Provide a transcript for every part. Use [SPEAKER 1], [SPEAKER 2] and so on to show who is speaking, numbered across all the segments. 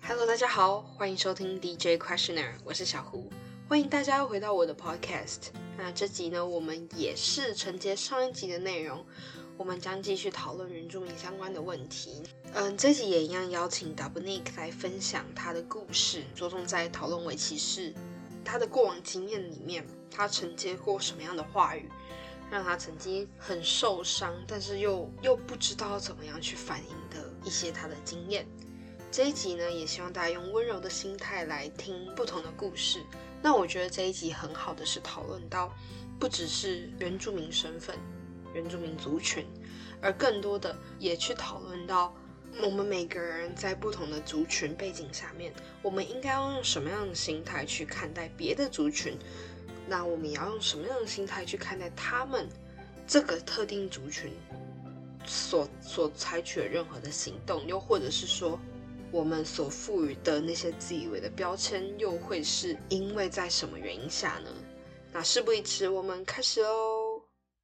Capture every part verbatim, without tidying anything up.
[SPEAKER 1] Hello， 大家好，欢迎收听 D J Questioner， 我是小胡，欢迎大家回到我的 Podcast。那这集呢，我们也是承接上一集的内容，我们将继续讨论原住民相关的问题。嗯，这集也一样邀请 Dominique 来分享他的故事，着重在讨论围棋士他的过往经验里面，他承接过什么样的话语，让他曾经很受伤，但是又又不知道怎么样去反应的一些他的经验。这一集呢，也希望大家用温柔的心态来听不同的故事。那我觉得这一集很好的是讨论到，不只是原住民身份、原住民族群，而更多的也去讨论到我们每个人在不同的族群背景下面，我们应该要用什么样的心态去看待别的族群，那我们也要用什么样的心态去看待他们这个特定族群所所采取的任何的行动，又或者是说我们所赋予的那些自以为的标签，又会是因为在什么原因下呢？那事不宜迟，我们开始喽。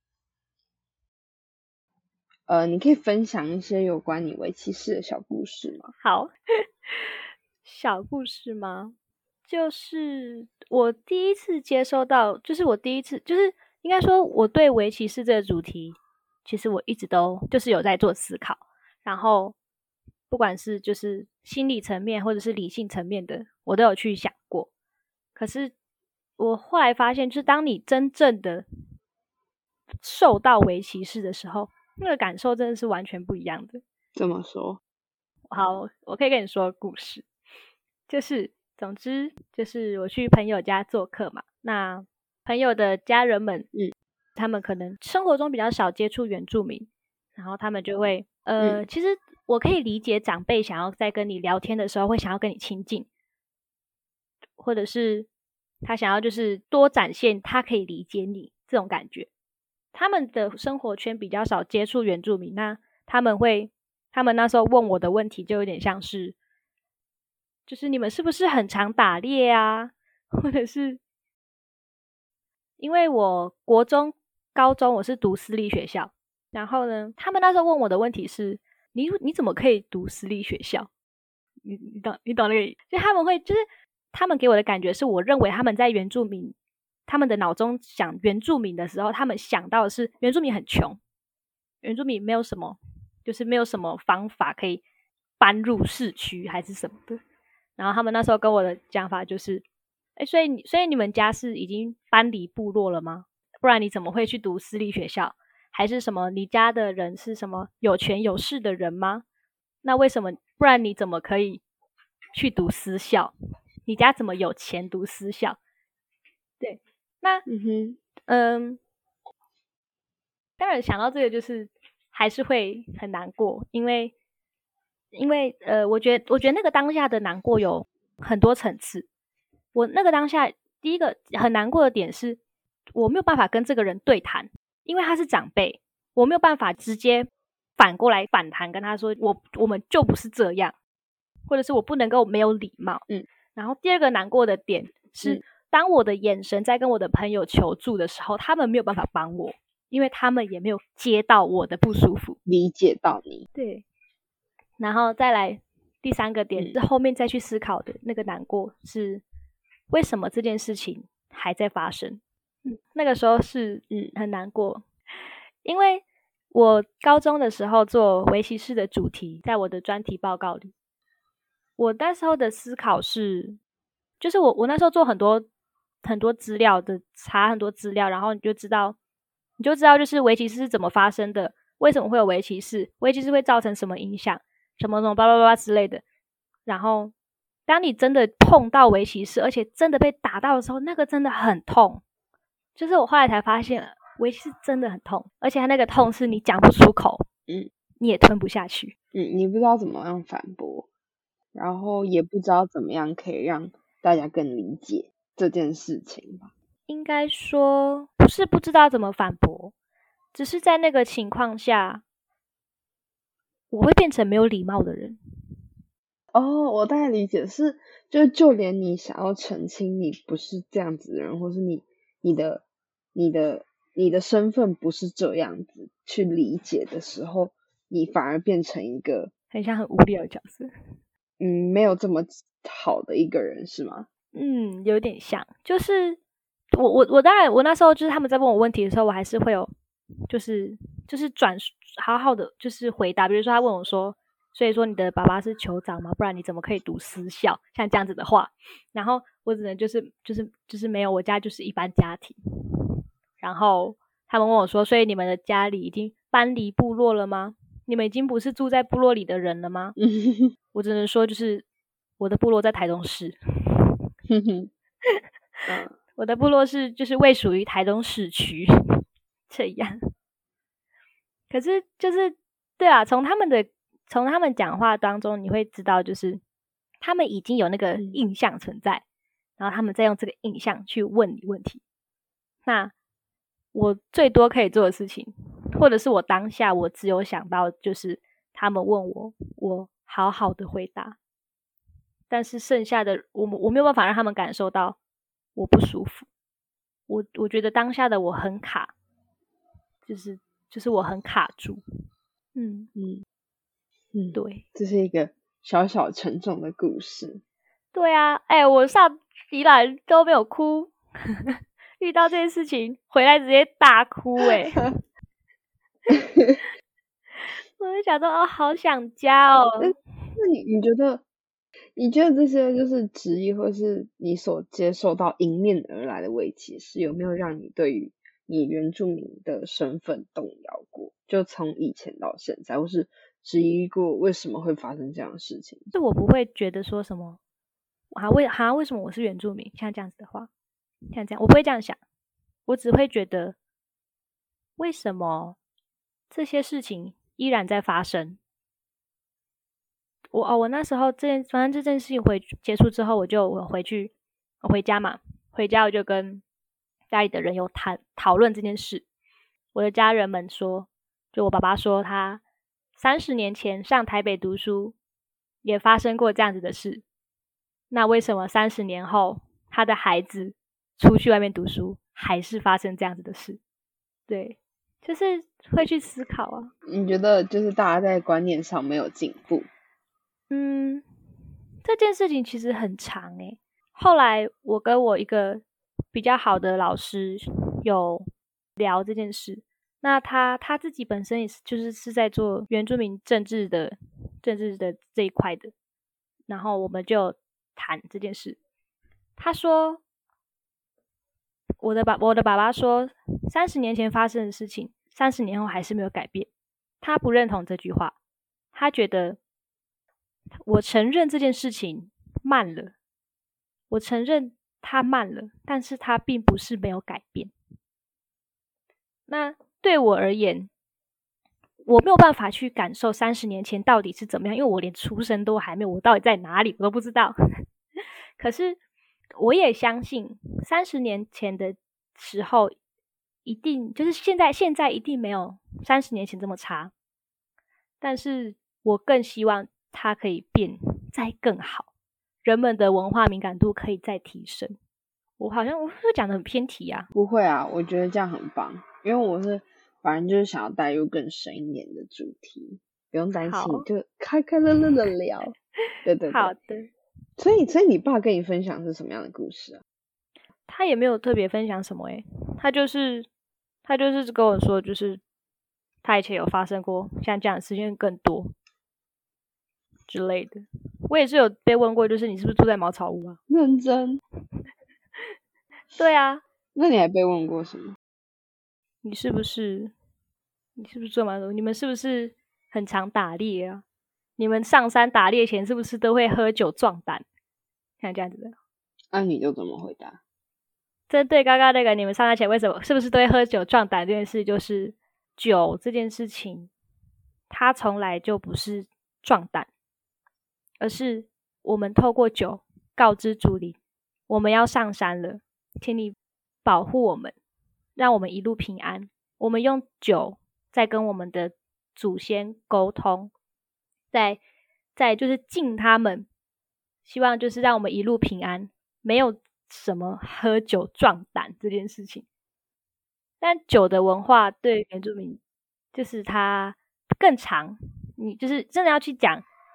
[SPEAKER 2] 呃，你可以分享一些有关你围棋士的小故事吗？
[SPEAKER 3] 好，小故事吗？就是我第一次接收到，就是我第一次，就是应该说我对围棋士这个主题，其实我一直都就是有在做思考，然后不管是就是心理层面或者是理性层面的，我都有去想过。可是我后来发现，就是当你真正的受到围棋士的时候，那个感受真的是完全不一样的。
[SPEAKER 2] 怎么说？
[SPEAKER 3] 好，我可以跟你说故事，就是总之就是我去朋友家做客嘛，那朋友的家人们，嗯，他们可能生活中比较少接触原住民，然后他们就会呃、嗯，其实我可以理解长辈想要在跟你聊天的时候会想要跟你亲近，或者是他想要就是多展现他可以理解你这种感觉。他们的生活圈比较少接触原住民，那他们会他们那时候问我的问题就有点像是，就是你们是不是很常打猎啊？或者是因为我国中、高中我是读私立学校，然后呢，他们那时候问我的问题是，你你怎么可以读私立学校？你你懂你懂那个？就他们会就是他们给我的感觉是，我认为他们在原住民。他们的脑中想原住民的时候，他们想到的是原住民很穷，原住民没有什么，就是没有什么方法可以搬入市区还是什么的。然后他们那时候跟我的讲法就是，哎，所以你所以你们家是已经搬离部落了吗？不然你怎么会去读私立学校？还是什么？你家的人是什么有权有势的人吗？那为什么？不然你怎么可以去读私校？你家怎么有钱读私校？对。那嗯哼，嗯，当然想到这个就是还是会很难过，因为因为呃，我觉得我觉得那个当下的难过有很多层次。我那个当下第一个很难过的点是，我没有办法跟这个人对谈，因为他是长辈，我没有办法直接反过来反弹跟他说，我我们就不是这样，或者是我不能够没有礼貌。嗯，然后第二个难过的点是。嗯当我的眼神在跟我的朋友求助的时候，他们没有办法帮我，因为他们也没有接到我的不舒服，
[SPEAKER 2] 理解到你。
[SPEAKER 3] 对，然后再来第三个点，是、嗯、后面再去思考的那个难过是为什么这件事情还在发生。嗯，那个时候是嗯很难过，因为我高中的时候做围棋士的主题，在我的专题报告里，我那时候的思考是，就是我我那时候做很多。很多资料的查很多资料，然后你就知道，你就知道就是围棋士是怎么发生的，为什么会有围棋士，围棋士会造成什么影响，什么什么巴拉巴拉之类的。然后，当你真的碰到围棋士，而且真的被打到的时候，那个真的很痛。就是我后来才发现，围棋士真的很痛，而且他那个痛是你讲不出口，嗯，你也吞不下去，
[SPEAKER 2] 嗯，你不知道怎么样反驳，然后也不知道怎么样可以让大家更理解这件事情吧。
[SPEAKER 3] 应该说不是不知道怎么反驳，只是在那个情况下我会变成没有礼貌的人。
[SPEAKER 2] 哦，我大概理解，是就就连你想要澄清你不是这样子的人，或是你你的你的你的身份不是这样子去理解的时候，你反而变成一个
[SPEAKER 3] 很像很无聊的角色。
[SPEAKER 2] 嗯没有这么好的一个人是吗？
[SPEAKER 3] 嗯，有点像，就是我我我当然我那时候就是他们在问我问题的时候，我还是会有就是就是转好好的就是回答，比如说他问我说，所以说你的爸爸是酋长吗？不然你怎么可以读私校？像这样子的话，然后我只能就是就是就是没有，我家就是一般家庭。然后他们问我说，所以你们的家里已经搬离部落了吗？你们已经不是住在部落里的人了吗？我只能说就是我的部落在台东市。
[SPEAKER 2] 嗯，
[SPEAKER 3] 我的部落是就是位属于台东市区这样。可是就是对啊，从他们的从他们讲话当中，你会知道就是他们已经有那个印象存在，然后他们再用这个印象去问你问题。那我最多可以做的事情，或者是我当下我只有想到就是他们问我，我好好的回答，但是剩下的我我没有办法让他们感受到我不舒服。我我觉得当下的我很卡，就是就是我很卡住。嗯
[SPEAKER 2] 嗯嗯，
[SPEAKER 3] 对，
[SPEAKER 2] 这是一个小小沉重的故事。
[SPEAKER 3] 对啊，哎、欸，我上宜兰都没有哭，遇到这件事情回来直接大哭、欸，哎，我就想说，哦，好想家哦。
[SPEAKER 2] 那那你你觉得？你觉得这些就是质疑，或是你所接受到迎面而来的危机，是有没有让你对于你原住民的身份动摇过？就从以前到现在，或是质疑过为什么会发生这样的事情？
[SPEAKER 3] 就我不会觉得说什么啊，为哈为什么我是原住民？像这样子的话，像这样，我不会这样想，我只会觉得为什么这些事情依然在发生。我哦，我那时候这件，反正这件事情回结束之后，我就我回去，我回家嘛，回家我就跟家里的人有谈讨论这件事。我的家人们说，就我爸爸说，他三十年前上台北读书，也发生过这样子的事。那为什么三十年后，他的孩子出去外面读书，还是发生这样子的事？对，就是会去思考啊。
[SPEAKER 2] 你觉得就是大家在观念上没有进步？
[SPEAKER 3] 嗯，这件事情其实很长诶。后来我跟我一个比较好的老师有聊这件事，那他他自己本身也是就是是在做原住民政治的政治的这一块的，然后我们就谈这件事。他说，我的爸我的爸爸说，三十年前发生的事情，三十年后还是没有改变。他不认同这句话，他觉得。我承认这件事情慢了，我承认它慢了，但是它并不是没有改变。那对我而言，我没有办法去感受三十年前到底是怎么样，因为我连出生都还没有，我到底在哪里我都不知道。可是我也相信，三十年前的时候，一定就是现在，现在一定没有三十年前这么差。但是我更希望它可以变再更好，人们的文化敏感度可以再提升。我好像我是不是讲的很偏题啊？
[SPEAKER 2] 不会啊，我觉得这样很棒，因为我是反正就是想要带入更深一点的主题，不用担心，就开开乐乐的聊。对对对，
[SPEAKER 3] 好的。
[SPEAKER 2] 所以所以你爸跟你分享是什么样的故事啊？
[SPEAKER 3] 他也没有特别分享什么诶、欸，他就是他就是跟我说，就是他以前有发生过像这样的事情更多之类的。我也是有被问过，就是你是不是住在茅草屋啊？
[SPEAKER 2] 认真？
[SPEAKER 3] 对啊。
[SPEAKER 2] 那你还被问过什么？
[SPEAKER 3] 你是不是你是不是住茅草屋？你们是不是很常打猎啊？你们上山打猎前是不是都会喝酒壮胆？像这样子的。
[SPEAKER 2] 那、啊、你就怎么回答？
[SPEAKER 3] 针对刚刚那个你们上山前为什么是不是都会喝酒壮胆这件事，就是酒这件事情，它从来就不是壮胆，而是我们透过酒告知祖灵，我们要上山了，请你保护我们，让我们一路平安。我们用酒在跟我们的祖先沟通，在在就是敬他们，希望就是让我们一路平安，没有什么喝酒壮胆这件事情。但酒的文化对原住民就是它更长，你就是真的要去讲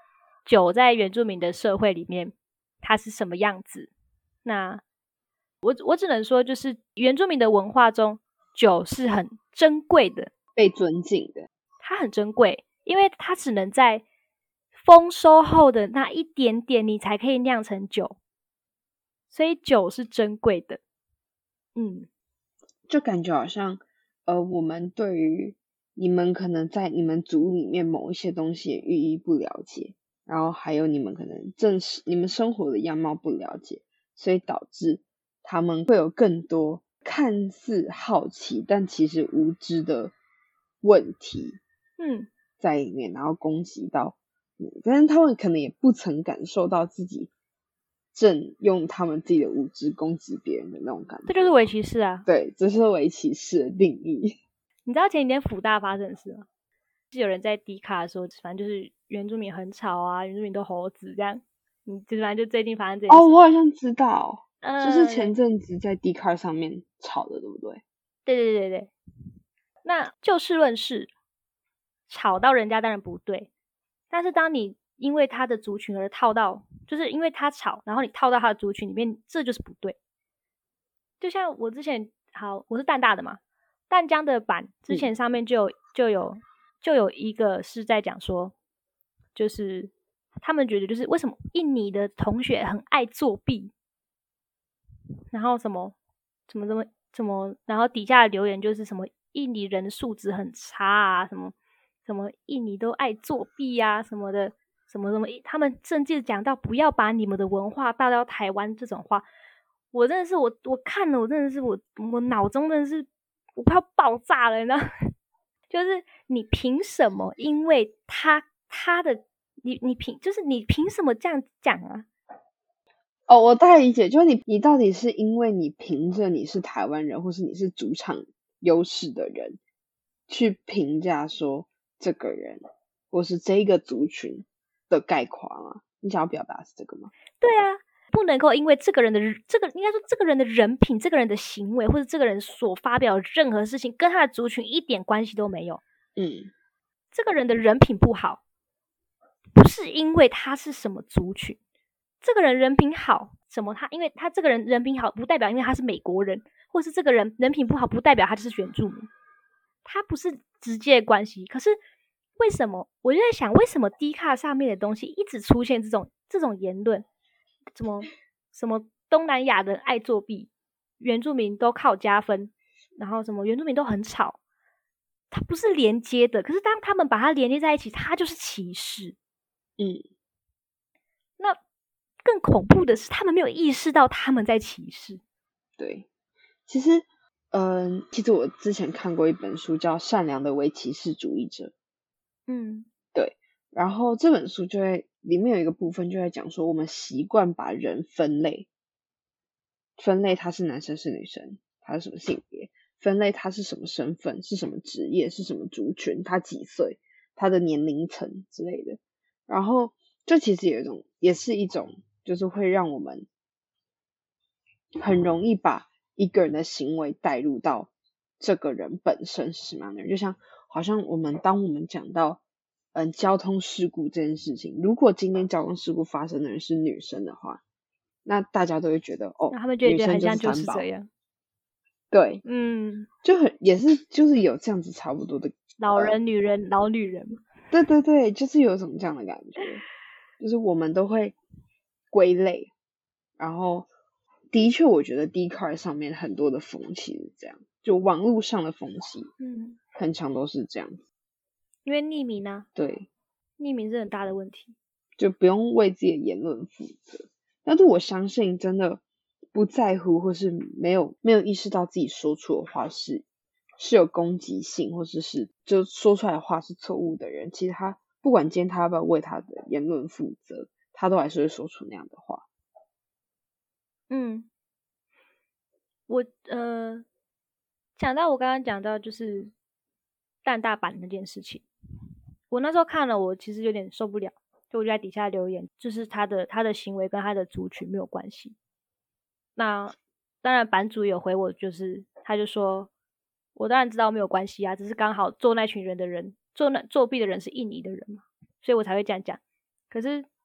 [SPEAKER 3] 酒在原住民的社会里面它是什么样子。那我我只能说，就是原住民的文化中，酒是很珍贵的，
[SPEAKER 2] 被尊敬的。
[SPEAKER 3] 它很珍贵，因为它只能在丰收后的那一点点，你才可以酿成酒，所以酒是珍贵的。嗯，
[SPEAKER 2] 就感觉好像，呃，我们对于你们可能在你们族里面某一些东西也寓意不了解，然后还有你们可能正是你们生活的样貌不了解，所以导致他们会有更多看似好奇但其实无知的问题，
[SPEAKER 3] 嗯，
[SPEAKER 2] 在里面，然后攻击到你，但是他们可能也不曾感受到自己正用他们自己的无知攻击别人的那种感觉。
[SPEAKER 3] 这就是围棋士啊。
[SPEAKER 2] 对，这是围棋士的定义。
[SPEAKER 3] 你知道前几天辅大发生的事吗？是有人在 D 卡说，反正就是原住民很吵啊，原住民都猴子这样。你就反正就最近发生这件事。
[SPEAKER 2] 哦，我好像知道，
[SPEAKER 3] 呃、
[SPEAKER 2] 就是前阵子在 D 卡上面吵的，对不对？
[SPEAKER 3] 对对对对。那就事论事，吵到人家当然不对，但是当你因为他的族群而套到，就是因为他吵，然后你套到他的族群里面，这就是不对。就像我之前，好，我是淡大的嘛，淡江的版之前上面就有、嗯、就有就有一个是在讲说，就是他们觉得就是为什么印尼的同学很爱作弊，然后什么什么什么什么，然后底下的留言就是什么印尼人的素质很差啊，什么什么印尼都爱作弊啊什么的，什么什么，他们甚至讲到不要把你们的文化带到台湾这种话，我真的是我我看了我真的是我我脑中真的是我快要爆炸了，你知道就是你凭什么因为他他的你你凭就是你凭什么这样讲啊？
[SPEAKER 2] 哦，我大概理解，就是你你到底是因为你凭着你是台湾人，或是你是主场优势的人，去评价说这个人或是这个族群的概括吗？你想要表达是这个吗？
[SPEAKER 3] 对啊，不能够因为这个人的这个应该说这个人的人品、这个人的行为，或者这个人所发表的任何事情，跟他的族群一点关系都没有。
[SPEAKER 2] 嗯，
[SPEAKER 3] 这个人的人品不好，不是因为他是什么族群。这个人人品好，什么他因为他这个人人品好，不代表因为他是美国人，或是这个人人品不好，不代表他就是原住民，他不是直接的关系。可是为什么我就在想，为什么 D 卡上面的东西一直出现这种这种言论，什么什么东南亚的爱作弊，原住民都靠加分，然后什么原住民都很吵，它不是连接的。可是当他们把它连接在一起，它就是歧视。
[SPEAKER 2] 嗯，
[SPEAKER 3] 那更恐怖的是，他们没有意识到他们在歧视。
[SPEAKER 2] 对，其实，嗯、呃，其实我之前看过一本书叫《善良的围棋士主义者》。
[SPEAKER 3] 嗯，
[SPEAKER 2] 对。然后这本书就会里面有一个部分就在讲说，我们习惯把人分类，分类他是男生是女生，他是什么性别，分类他是什么身份，是什么职业，是什么族群，他几岁，他的年龄层之类的。然后这其实有一种，也是一种。就是会让我们很容易把一个人的行为带入到这个人本身是什么样的人，就像好像我们当我们讲到嗯交通事故这件事情，如果今天交通事故发生的人是女生的话，那大家都会觉得哦，
[SPEAKER 3] 他们就觉得很像就是这样。
[SPEAKER 2] 对，
[SPEAKER 3] 嗯，
[SPEAKER 2] 就很也是就是有这样子差不多的
[SPEAKER 3] 老人、呃、女人、老女人，
[SPEAKER 2] 对对对，就是有一种这样的感觉，就是我们都会归类，然后的确我觉得 Dcard 上面很多的风气是这样，就网络上的风气嗯，很常都是这样子，
[SPEAKER 3] 因为匿名啊，
[SPEAKER 2] 对，
[SPEAKER 3] 匿名是很大的问题，
[SPEAKER 2] 就不用为自己的言论负责。但是我相信真的不在乎或是没有没有意识到自己说出的话是是有攻击性，或者是就说出来的话是错误的人，其实他不管今天他要不要为他的言论负责，他都还是会说出那样的话。
[SPEAKER 3] 嗯，我呃讲到我刚刚讲到就是淡大阪那件事情，我那时候看了，我其实有点受不了，就我就在底下留言，就是他的他的行为跟他的族群没有关系。那当然版主有回我，就是他就说，我当然知道没有关系啊，只是刚好做那群人的人，做那作弊的人是印尼的人嘛，所以我才会这样讲。可是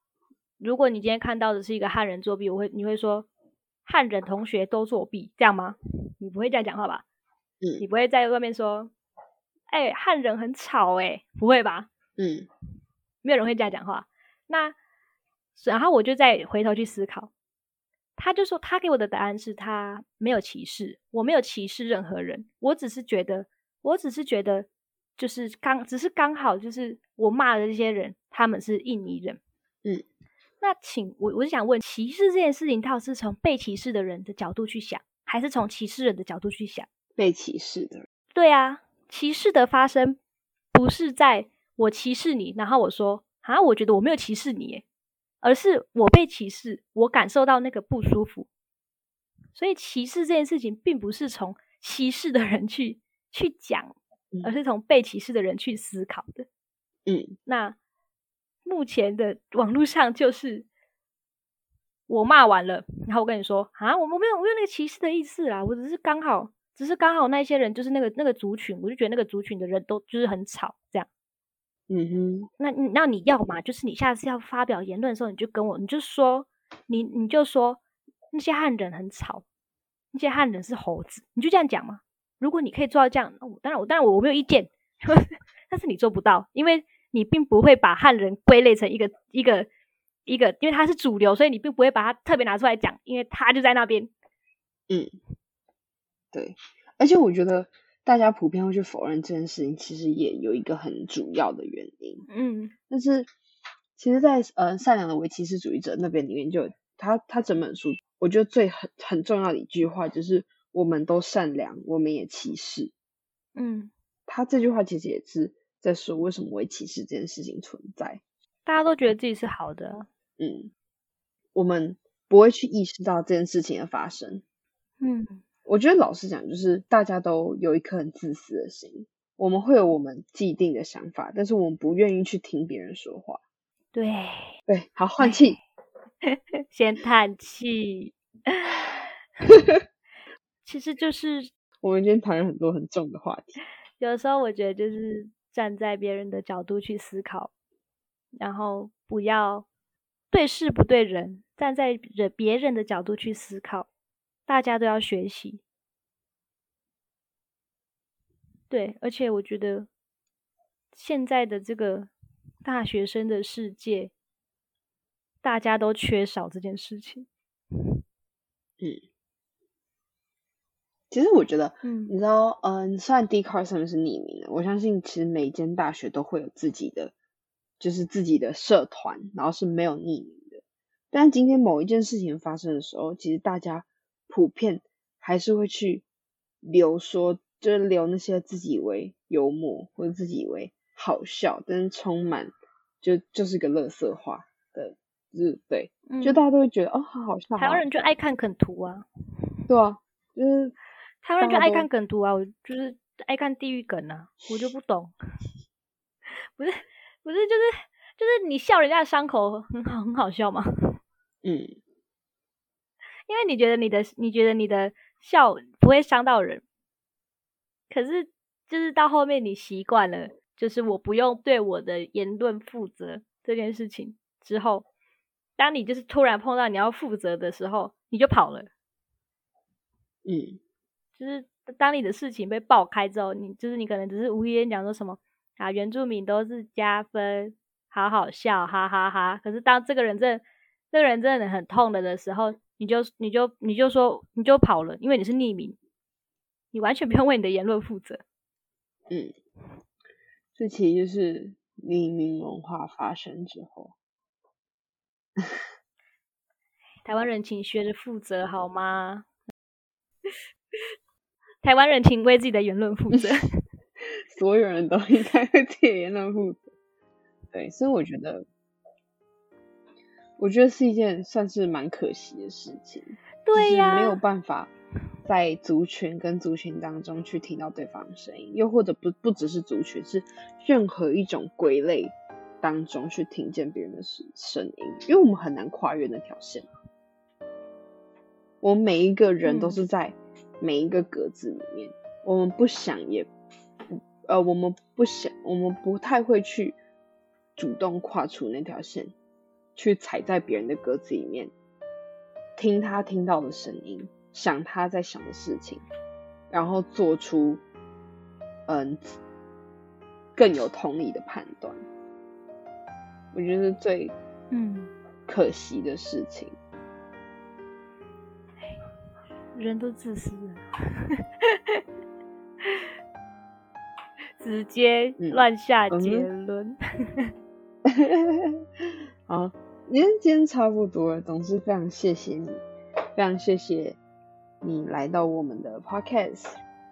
[SPEAKER 3] 如果你今天看到的是一个汉人作弊，我会你会说汉人同学都作弊，这样吗？你不会这样讲话吧？
[SPEAKER 2] 嗯，
[SPEAKER 3] 你不会在外面说，哎、欸，汉人很吵、欸，哎，不会吧？
[SPEAKER 2] 嗯，
[SPEAKER 3] 没有人会这样讲话。那然后我就再回头去思考，他就说他给我的答案是他没有歧视，我没有歧视任何人，我只是觉得，我只是觉得，就是刚只是刚好就是我骂的这些人，他们是印尼人。
[SPEAKER 2] 嗯，
[SPEAKER 3] 那请我我是想问，歧视这件事情，它是从被歧视的人的角度去想，还是从歧视人的角度去想？
[SPEAKER 2] 被歧视的人。
[SPEAKER 3] 对啊，歧视的发生不是在我歧视你，然后我说啊，我觉得我没有歧视你耶，而是我被歧视，我感受到那个不舒服。所以歧视这件事情并不是从歧视的人去去讲，而是从被歧视的人去思考的。
[SPEAKER 2] 嗯，
[SPEAKER 3] 那目前的网络上就是我骂完了，然后我跟你说啊，我没有我没有那个歧视的意思啦，我只是刚好只是刚好那些人就是那个那个族群，我就觉得那个族群的人都就是很吵这样。
[SPEAKER 2] 嗯哼，
[SPEAKER 3] 那那你要嘛，就是你下次要发表言论的时候，你就跟我，你就说你你就说那些汉人很吵，那些汉人是猴子，你就这样讲嘛。如果你可以做到这样，我当然我当然我我没有意见，但是你做不到，因为你并不会把汉人归类成一个一个一个，因为他是主流，所以你并不会把他特别拿出来讲，因为他就在那边。
[SPEAKER 2] 嗯，对，而且我觉得大家普遍会去否认这件事情，其实也有一个很主要的原因。
[SPEAKER 3] 嗯，
[SPEAKER 2] 但是其实在，呃善良的唯歧视主义者那边里面就有他他整本书，我觉得最很很重要的一句话就是我们都善良，我们也歧视。
[SPEAKER 3] 嗯，
[SPEAKER 2] 他这句话其实也是在说为什么唯歧视这件事情存在。
[SPEAKER 3] 大家都觉得自己是好的，
[SPEAKER 2] 嗯，我们不会去意识到这件事情的发生。
[SPEAKER 3] 嗯，
[SPEAKER 2] 我觉得老实讲，就是大家都有一颗很自私的心，我们会有我们既定的想法，但是我们不愿意去听别人说话。
[SPEAKER 3] 对
[SPEAKER 2] 对，好，换气，
[SPEAKER 3] 先叹气。其实就是
[SPEAKER 2] 我们今天谈了很多很重的话题。
[SPEAKER 3] 有时候我觉得就是站在别人的角度去思考，然后不要对事不对人，站在人别人的角度去思考，大家都要学习。对，而且我觉得现在的这个大学生的世界，大家都缺少这件事情。
[SPEAKER 2] 嗯，其实我觉得，
[SPEAKER 3] 嗯，
[SPEAKER 2] 你知道，嗯、呃，虽然 Dcard 上面是匿名的，我相信其实每一间大学都会有自己的，就是自己的社团，然后是没有匿名的。但今天某一件事情发生的时候，其实大家普遍还是会去留说，就是留那些自己以为幽默或者自己以为好笑，但是充满就就是个垃圾话的，就是对，
[SPEAKER 3] 嗯，
[SPEAKER 2] 就大家都会觉得哦，好好笑。
[SPEAKER 3] 台湾人就爱看梗图啊，
[SPEAKER 2] 对啊，就是
[SPEAKER 3] 台湾人就爱看梗图啊，我就是爱看地狱梗啊，我就不懂，不是不是就是就是你笑人家的伤口很好很好笑吗？
[SPEAKER 2] 嗯，
[SPEAKER 3] 因为你觉得你的你觉得你的笑不会伤到人，可是就是到后面你习惯了，就是我不用对我的言论负责这件事情之后，当你就是突然碰到你要负责的时候，你就跑了。
[SPEAKER 2] 嗯，
[SPEAKER 3] 就是当你的事情被爆开之后，你就是你可能只是无意间讲说什么啊，原住民都是加分，好好笑，哈哈哈哈。可是当这个人真的这个人真的很痛了的时候，你就你就你就说你就跑了，因为你是匿名，你完全不用为你的言论负责。
[SPEAKER 2] 嗯，这其实就是匿名文化发生之后，
[SPEAKER 3] 台湾人请学着负责好吗？台湾人请为自己的言论负责。
[SPEAKER 2] 所有人都应该为自己的言论负责。对，所以我觉得，我觉得是一件算是蛮可惜的事情。
[SPEAKER 3] 对呀，
[SPEAKER 2] 就是没有办法在族群跟族群当中去听到对方的声音，又或者不不只是族群，是任何一种归类当中去听见别人的声音，因为我们很难跨越那条线。我们每一个人都是在每一个格子里面，嗯、我们不想也呃，我们不想，我们不太会去主动跨出那条线， 去踩在别人的格子里面，听他听到的声音，想他在想的事情，然后做出嗯更有同理的判断。我觉得是最
[SPEAKER 3] 嗯
[SPEAKER 2] 可惜的事情。
[SPEAKER 3] 人都自私了，直接乱下结论。
[SPEAKER 2] 嗯、好，今天今天差不多了，总之非常谢谢你，非常谢谢你来到我们的 podcast。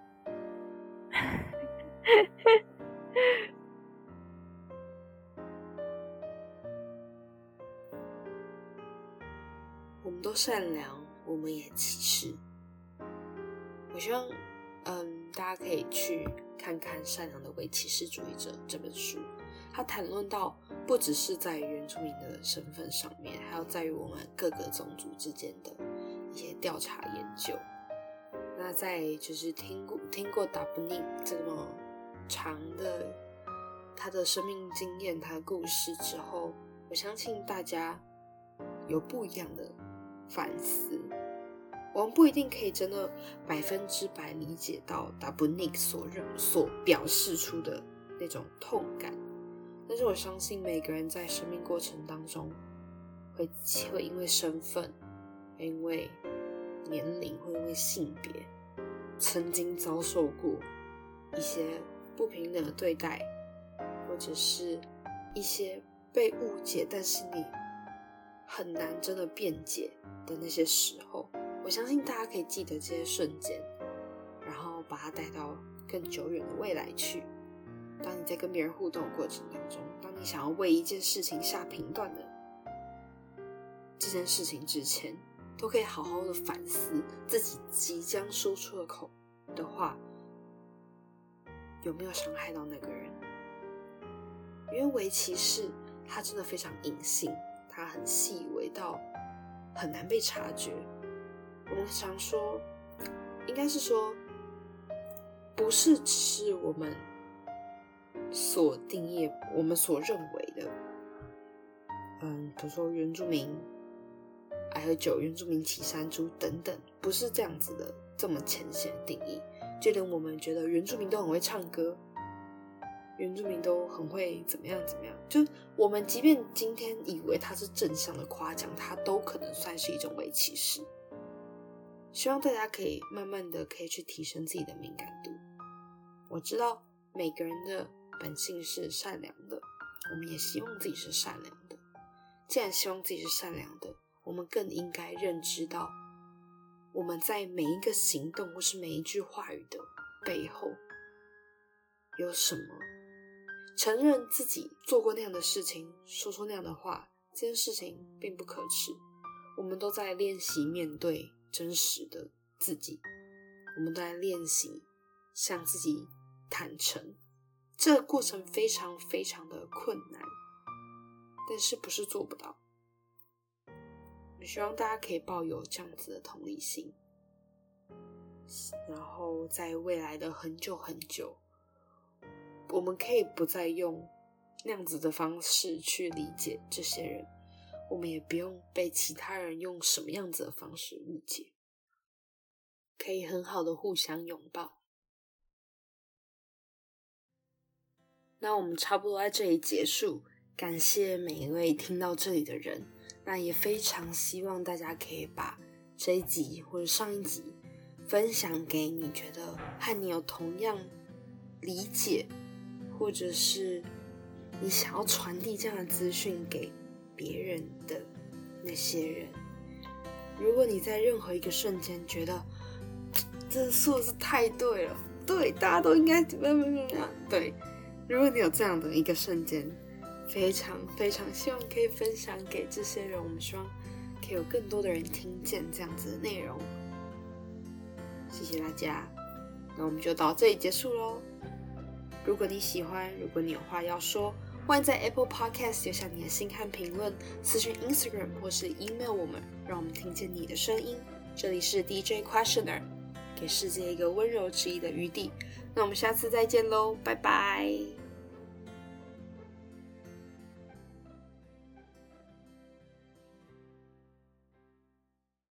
[SPEAKER 1] 我们都善良，我们也歧视。我希望，嗯，大家可以去看看《善良的伪歧视主义者》这本书。它谈论到，不只是在于原住民的身份上面，还有在于我们各个种族之间的一些调查研究。那在就是听过听过达布尼这么长的他的生命经验、他的故事之后，我相信大家有不一样的反思。我们不一定可以真的百分之百理解到达布尼所认所表示出的那种痛感，但是我相信每个人在生命过程当中会会因为身份，会因为年龄，会因为性别，曾经遭受过一些不平等的对待，或者是一些被误解，但是你很难真的辩解的那些时候。我相信大家可以记得这些瞬间，然后把它带到更久远的未来去。当你在跟别人互动的过程当中，当你想要为一件事情下评断的这件事情之前，都可以好好的反思自己即将说出的口的话有没有伤害到那个人。因为围棋是它真的非常隐性，它很细微到很难被察觉。我们常说，应该是说，不是只是我们所定义、我们所认为的，嗯，比如说原住民爱喝酒、原住民骑山猪等等，不是这样子的这么浅显的定义。就连我们觉得原住民都很会唱歌，原住民都很会怎么样怎么样，就我们即便今天以为它是正向的夸奖，它都可能算是一种伪歧视。希望大家可以慢慢的可以去提升自己的敏感度。我知道每个人的本性是善良的，我们也希望自己是善良的。既然希望自己是善良的，我们更应该认知到我们在每一个行动或是每一句话语的背后有什么。承认自己做过那样的事情，说出那样的话，这件事情并不可耻。我们都在练习面对真实的自己，我们都在练习向自己坦诚。这个过程非常非常的困难，但是不是做不到。我希望大家可以抱有这样子的同理心，然后在未来的很久很久，我们可以不再用那样子的方式去理解这些人，我们也不用被其他人用什么样子的方式误解，可以很好的互相拥抱。那我们差不多在这里结束，感谢每一位听到这里的人，那也非常希望大家可以把这一集或者上一集分享给你觉得和你有同样理解，或者是你想要传递这样的资讯给别人的那些人。如果你在任何一个瞬间觉得这说的是太对了，对，大家都应该对，如果你有这样的一个瞬间，非常非常希望可以分享给这些人，我们希望可以有更多的人听见这样子的内容。谢谢大家，那我们就到这里结束咯。如果你喜欢，如果你有话要说，欢迎在 Apple Podcast 留下你的心和评论，私讯 Instagram 或是 email 我们，让我们听见你的声音。这里是 D J Questioner， 给世界一个温柔质疑的余地。那我们下次再见咯，拜拜。